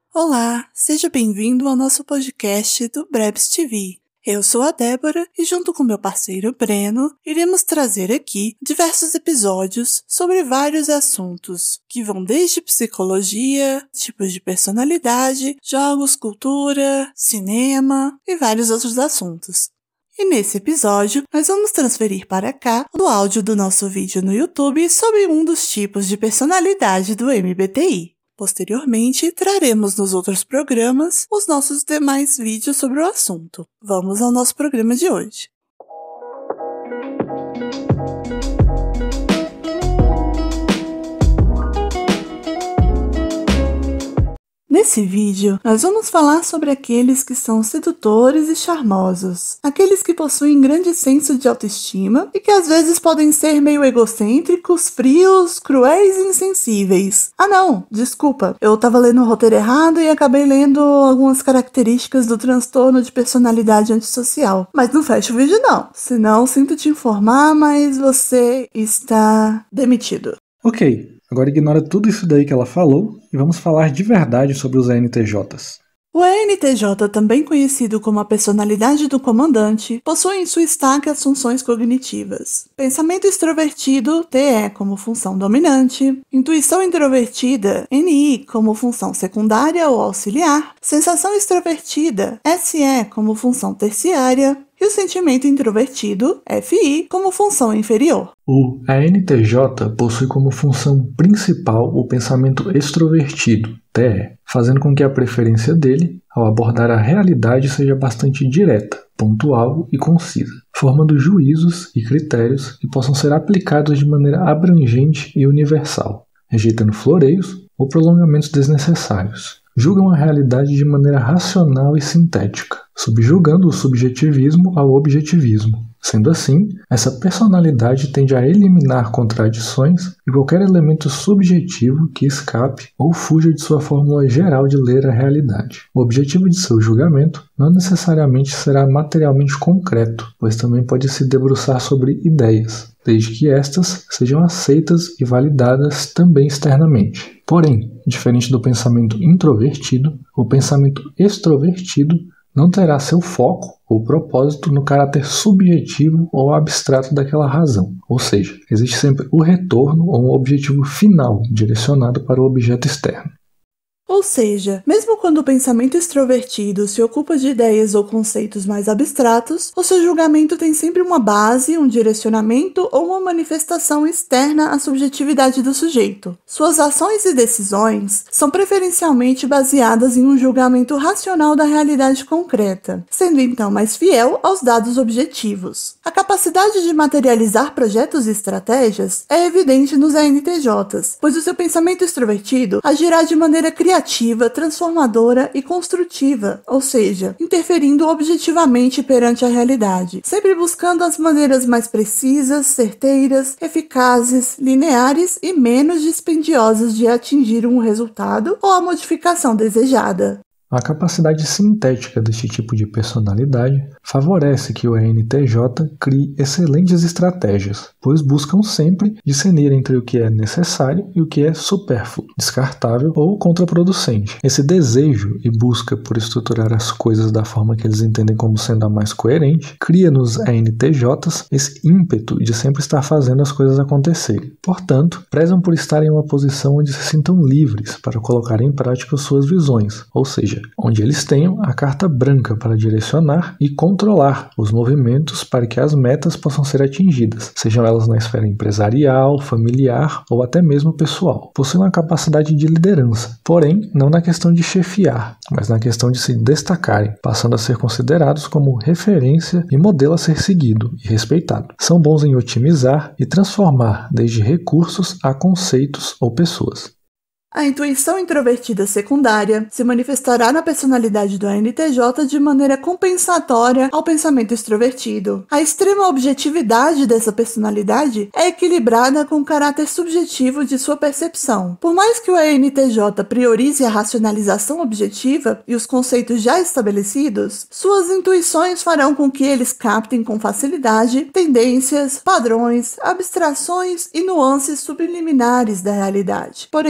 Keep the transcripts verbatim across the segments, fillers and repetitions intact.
Olá, seja bem-vindo ao nosso podcast do Brebs T V. Eu sou a Débora e junto com meu parceiro Breno, iremos trazer aqui diversos episódios sobre vários assuntos, que vão desde psicologia, tipos de personalidade, jogos, cultura, cinema e vários outros assuntos. E nesse episódio, nós vamos transferir para cá o áudio do nosso vídeo no YouTube sobre um dos tipos de personalidade do M B T I. Posteriormente, traremos nos outros programas os nossos demais vídeos sobre o assunto. Vamos ao nosso programa de hoje. Nesse vídeo, nós vamos falar sobre aqueles que são sedutores e charmosos, aqueles que possuem grande senso de autoestima e que às vezes podem ser meio egocêntricos, frios, cruéis e insensíveis. Ah não, desculpa, eu tava lendo o roteiro errado e acabei lendo algumas características do transtorno de personalidade antissocial. Mas não fecha o vídeo não, senão sinto te informar, mas você está demitido. Ok. Agora ignora tudo isso daí que ela falou e vamos falar de verdade sobre os E N T Js. O E N T J, também conhecido como a personalidade do comandante, possui em sua estaca as funções cognitivas. Pensamento extrovertido, T E como função dominante, intuição introvertida, N I como função secundária ou auxiliar, sensação extrovertida, S E como função terciária, e o sentimento introvertido, F I, como função inferior. O E N T J possui como função principal o pensamento extrovertido, T E, fazendo com que a preferência dele, ao abordar a realidade, seja bastante direta, pontual e concisa, formando juízos e critérios que possam ser aplicados de maneira abrangente e universal, rejeitando floreios ou prolongamentos desnecessários. Julgam a realidade de maneira racional e sintética, subjugando o subjetivismo ao objetivismo. Sendo assim, essa personalidade tende a eliminar contradições e qualquer elemento subjetivo que escape ou fuja de sua fórmula geral de ler a realidade. O objetivo de seu julgamento não necessariamente será materialmente concreto, pois também pode se debruçar sobre ideias, desde que estas sejam aceitas e validadas também externamente. Porém, diferente do pensamento introvertido, o pensamento extrovertido não terá seu foco ou propósito no caráter subjetivo ou abstrato daquela razão. Ou seja, existe sempre o retorno ou um objetivo final direcionado para o objeto externo. Ou seja, mesmo quando o pensamento extrovertido se ocupa de ideias ou conceitos mais abstratos, o seu julgamento tem sempre uma base, um direcionamento ou uma manifestação externa à subjetividade do sujeito. Suas ações e decisões são preferencialmente baseadas em um julgamento racional da realidade concreta, sendo então mais fiel aos dados objetivos. A capacidade de materializar projetos e estratégias é evidente nos E N T Js, pois o seu pensamento extrovertido agirá de maneira criativa, transformadora e construtiva, ou seja, interferindo objetivamente perante a realidade, sempre buscando as maneiras mais precisas, certeiras, eficazes, lineares e menos dispendiosas de atingir um resultado ou a modificação desejada. A capacidade sintética deste tipo de personalidade favorece que o E N T J crie excelentes estratégias, pois buscam sempre discernir entre o que é necessário e o que é supérfluo, descartável ou contraproducente. Esse desejo e busca por estruturar as coisas da forma que eles entendem como sendo a mais coerente, cria nos E N T Js esse ímpeto de sempre estar fazendo as coisas acontecerem. Portanto, prezam por estar em uma posição onde se sintam livres para colocar em prática suas visões, ou seja, onde eles tenham a carta branca para direcionar e controlar os movimentos para que as metas possam ser atingidas, sejam elas na esfera empresarial, familiar ou até mesmo pessoal. Possuem uma capacidade de liderança, porém não na questão de chefiar, mas na questão de se destacarem, passando a ser considerados como referência e modelo a ser seguido e respeitado. São bons em otimizar e transformar desde recursos a conceitos ou pessoas. A intuição introvertida secundária se manifestará na personalidade do E N T J de maneira compensatória ao pensamento extrovertido. A extrema objetividade dessa personalidade é equilibrada com o caráter subjetivo de sua percepção. Por mais que o E N T J priorize a racionalização objetiva e os conceitos já estabelecidos, suas intuições farão com que eles captem com facilidade tendências, padrões, abstrações e nuances subliminares da realidade, porém não deixando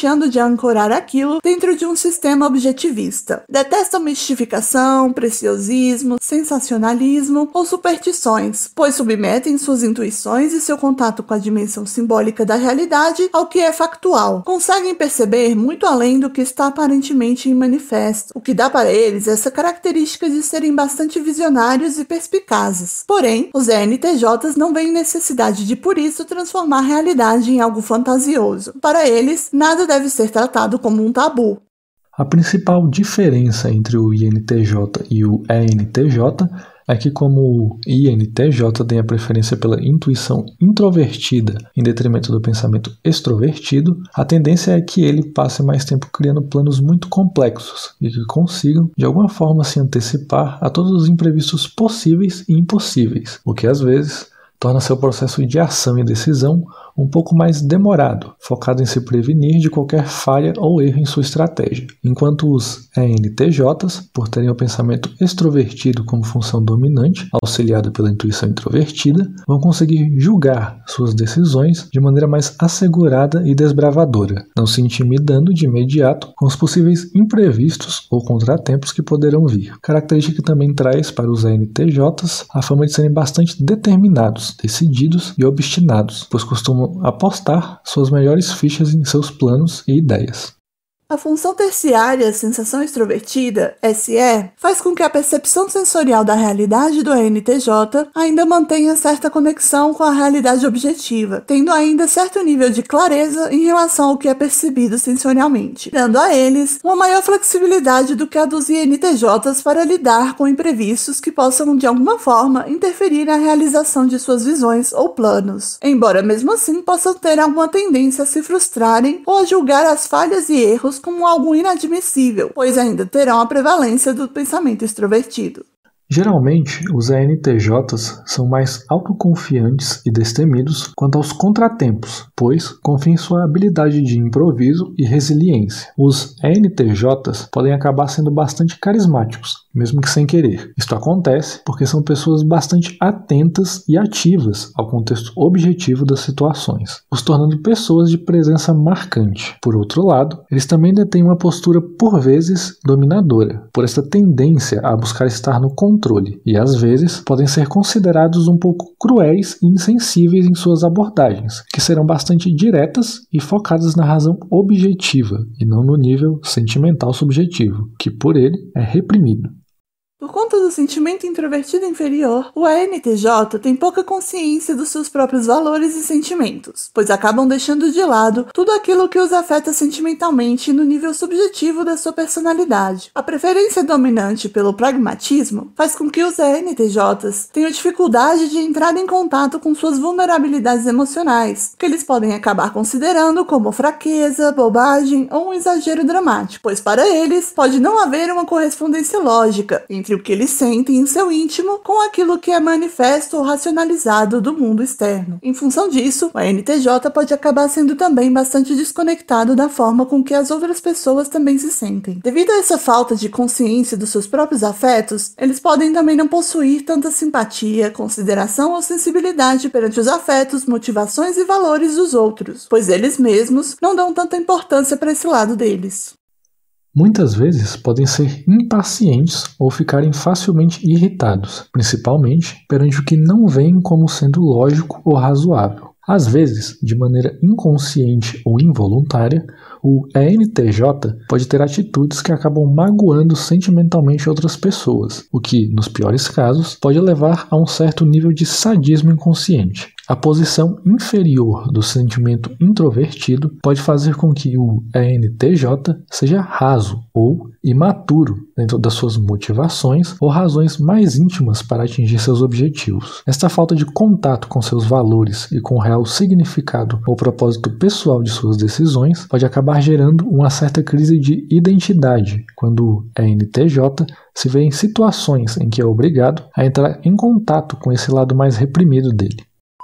deixando de ancorar aquilo dentro de um sistema objetivista. Detestam mistificação, preciosismo, sensacionalismo ou superstições, pois submetem suas intuições e seu contato com a dimensão simbólica da realidade ao que é factual. Conseguem perceber muito além do que está aparentemente em manifesto, o que dá para eles essa característica de serem bastante visionários e perspicazes. Porém, os E N T Js não veem necessidade de, por isso, transformar a realidade em algo fantasioso. Para eles, nada deve ser tratado como um tabu. A principal diferença entre o I N T J e o E N T J é que, como o I N T J tem a preferência pela intuição introvertida em detrimento do pensamento extrovertido, a tendência é que ele passe mais tempo criando planos muito complexos e que consigam, de alguma forma, se antecipar a todos os imprevistos possíveis e impossíveis, o que às vezes torna seu processo de ação e decisão um pouco mais demorado, focado em se prevenir de qualquer falha ou erro em sua estratégia, enquanto os E N T Js, por terem o pensamento extrovertido como função dominante, auxiliado pela intuição introvertida, vão conseguir julgar suas decisões de maneira mais assegurada e desbravadora, não se intimidando de imediato com os possíveis imprevistos ou contratempos que poderão vir, característica que também traz para os E N T Js a fama de serem bastante determinados, decididos e obstinados, pois costumam apostar suas melhores fichas em seus planos e ideias. A função terciária, sensação extrovertida, S E, faz com que a percepção sensorial da realidade do E N T J ainda mantenha certa conexão com a realidade objetiva, tendo ainda certo nível de clareza em relação ao que é percebido sensorialmente, dando a eles uma maior flexibilidade do que a dos I N T Js para lidar com imprevistos que possam de alguma forma interferir na realização de suas visões ou planos, embora mesmo assim possam ter alguma tendência a se frustrarem ou a julgar as falhas e erros como algo inadmissível, pois ainda terão a prevalência do pensamento extrovertido. Geralmente, os E N T Js são mais autoconfiantes e destemidos quanto aos contratempos, pois confiam em sua habilidade de improviso e resiliência. Os E N T Js podem acabar sendo bastante carismáticos, mesmo que sem querer. Isto acontece porque são pessoas bastante atentas e ativas ao contexto objetivo das situações, os tornando pessoas de presença marcante. Por outro lado, eles também detêm uma postura por vezes dominadora, por esta tendência a buscar estar no controle, e às vezes podem ser considerados um pouco cruéis e insensíveis em suas abordagens, que serão bastante diretas e focadas na razão objetiva e não no nível sentimental subjetivo, que por ele é reprimido. Por conta do sentimento introvertido inferior, o E N T J tem pouca consciência dos seus próprios valores e sentimentos, pois acabam deixando de lado tudo aquilo que os afeta sentimentalmente no nível subjetivo da sua personalidade. A preferência dominante pelo pragmatismo faz com que os E N T Js tenham dificuldade de entrar em contato com suas vulnerabilidades emocionais, que eles podem acabar considerando como fraqueza, bobagem ou um exagero dramático, pois para eles pode não haver uma correspondência lógica entre o que eles sentem em seu íntimo com aquilo que é manifesto ou racionalizado do mundo externo. Em função disso, o E N T J pode acabar sendo também bastante desconectado da forma com que as outras pessoas também se sentem. Devido a essa falta de consciência dos seus próprios afetos, eles podem também não possuir tanta simpatia, consideração ou sensibilidade perante os afetos, motivações e valores dos outros, pois eles mesmos não dão tanta importância para esse lado deles. Muitas vezes podem ser impacientes ou ficarem facilmente irritados, principalmente perante o que não veem como sendo lógico ou razoável. Às vezes, de maneira inconsciente ou involuntária, o E N T J pode ter atitudes que acabam magoando sentimentalmente outras pessoas, o que, nos piores casos, pode levar a um certo nível de sadismo inconsciente. A posição inferior do sentimento introvertido pode fazer com que o E N T J seja raso ou imaturo dentro das suas motivações ou razões mais íntimas para atingir seus objetivos. Esta falta de contato com seus valores e com o real significado ou propósito pessoal de suas decisões pode acabar gerando uma certa crise de identidade, quando o E N T J se vê em situações em que é obrigado a entrar em contato com esse lado mais reprimido dele.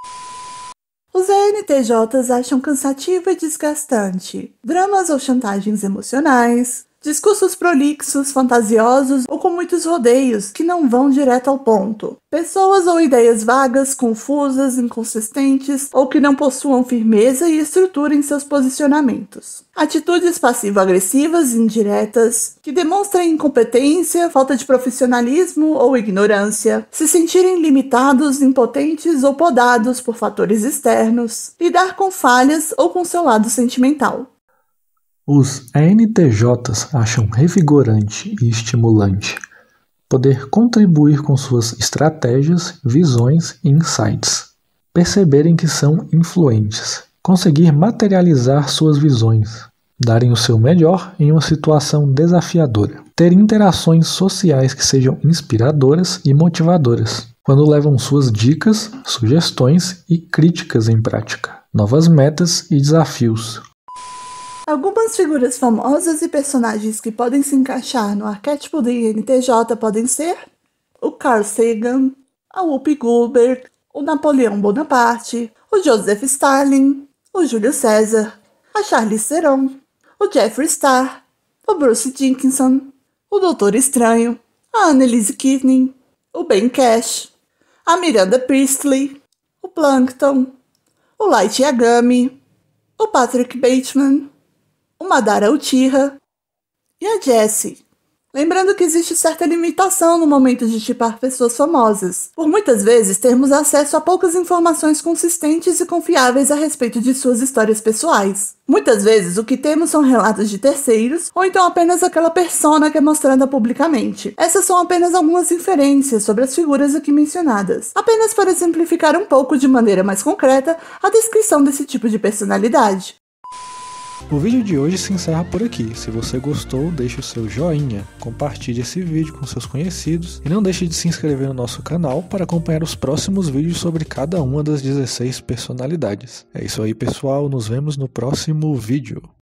Os E N T Js acham cansativo e desgastante dramas ou chantagens emocionais, Discursos prolixos, fantasiosos ou com muitos rodeios que não vão direto ao ponto. Pessoas ou ideias vagas, confusas, inconsistentes ou que não possuam firmeza e estrutura em seus posicionamentos. Atitudes passivo-agressivas, indiretas, que demonstrem incompetência, falta de profissionalismo ou ignorância. Se sentirem limitados, impotentes ou podados por fatores externos. Lidar com falhas ou com seu lado sentimental. Os E N T Js acham revigorante e estimulante poder contribuir com suas estratégias, visões e insights, perceberem que são influentes, conseguir materializar suas visões, darem o seu melhor em uma situação desafiadora, ter interações sociais que sejam inspiradoras e motivadoras, quando levam suas dicas, sugestões e críticas em prática, novas metas e desafios. Algumas figuras famosas e personagens que podem se encaixar no arquétipo do I N T J podem ser o Carl Sagan, a Whoopi Goldberg, o Napoleão Bonaparte, o Joseph Stalin, o Júlio César, a Charlize Theron, o Jeffree Star, o Bruce Dickinson, o Doutor Estranho, a Annalise Keating, o Ben Cash, a Miranda Priestley, o Plankton, o Light Yagami, o Patrick Bateman, o Madara Uchiha e a Jessie. Lembrando que existe certa limitação no momento de tipar pessoas famosas, por muitas vezes termos acesso a poucas informações consistentes e confiáveis a respeito de suas histórias pessoais. Muitas vezes o que temos são relatos de terceiros, ou então apenas aquela persona que é mostrada publicamente. Essas são apenas algumas inferências sobre as figuras aqui mencionadas, apenas para exemplificar um pouco de maneira mais concreta a descrição desse tipo de personalidade. O vídeo de hoje se encerra por aqui. Se você gostou, deixe o seu joinha, compartilhe esse vídeo com seus conhecidos e não deixe de se inscrever no nosso canal para acompanhar os próximos vídeos sobre cada uma das dezesseis personalidades. É isso aí, pessoal, nos vemos no próximo vídeo.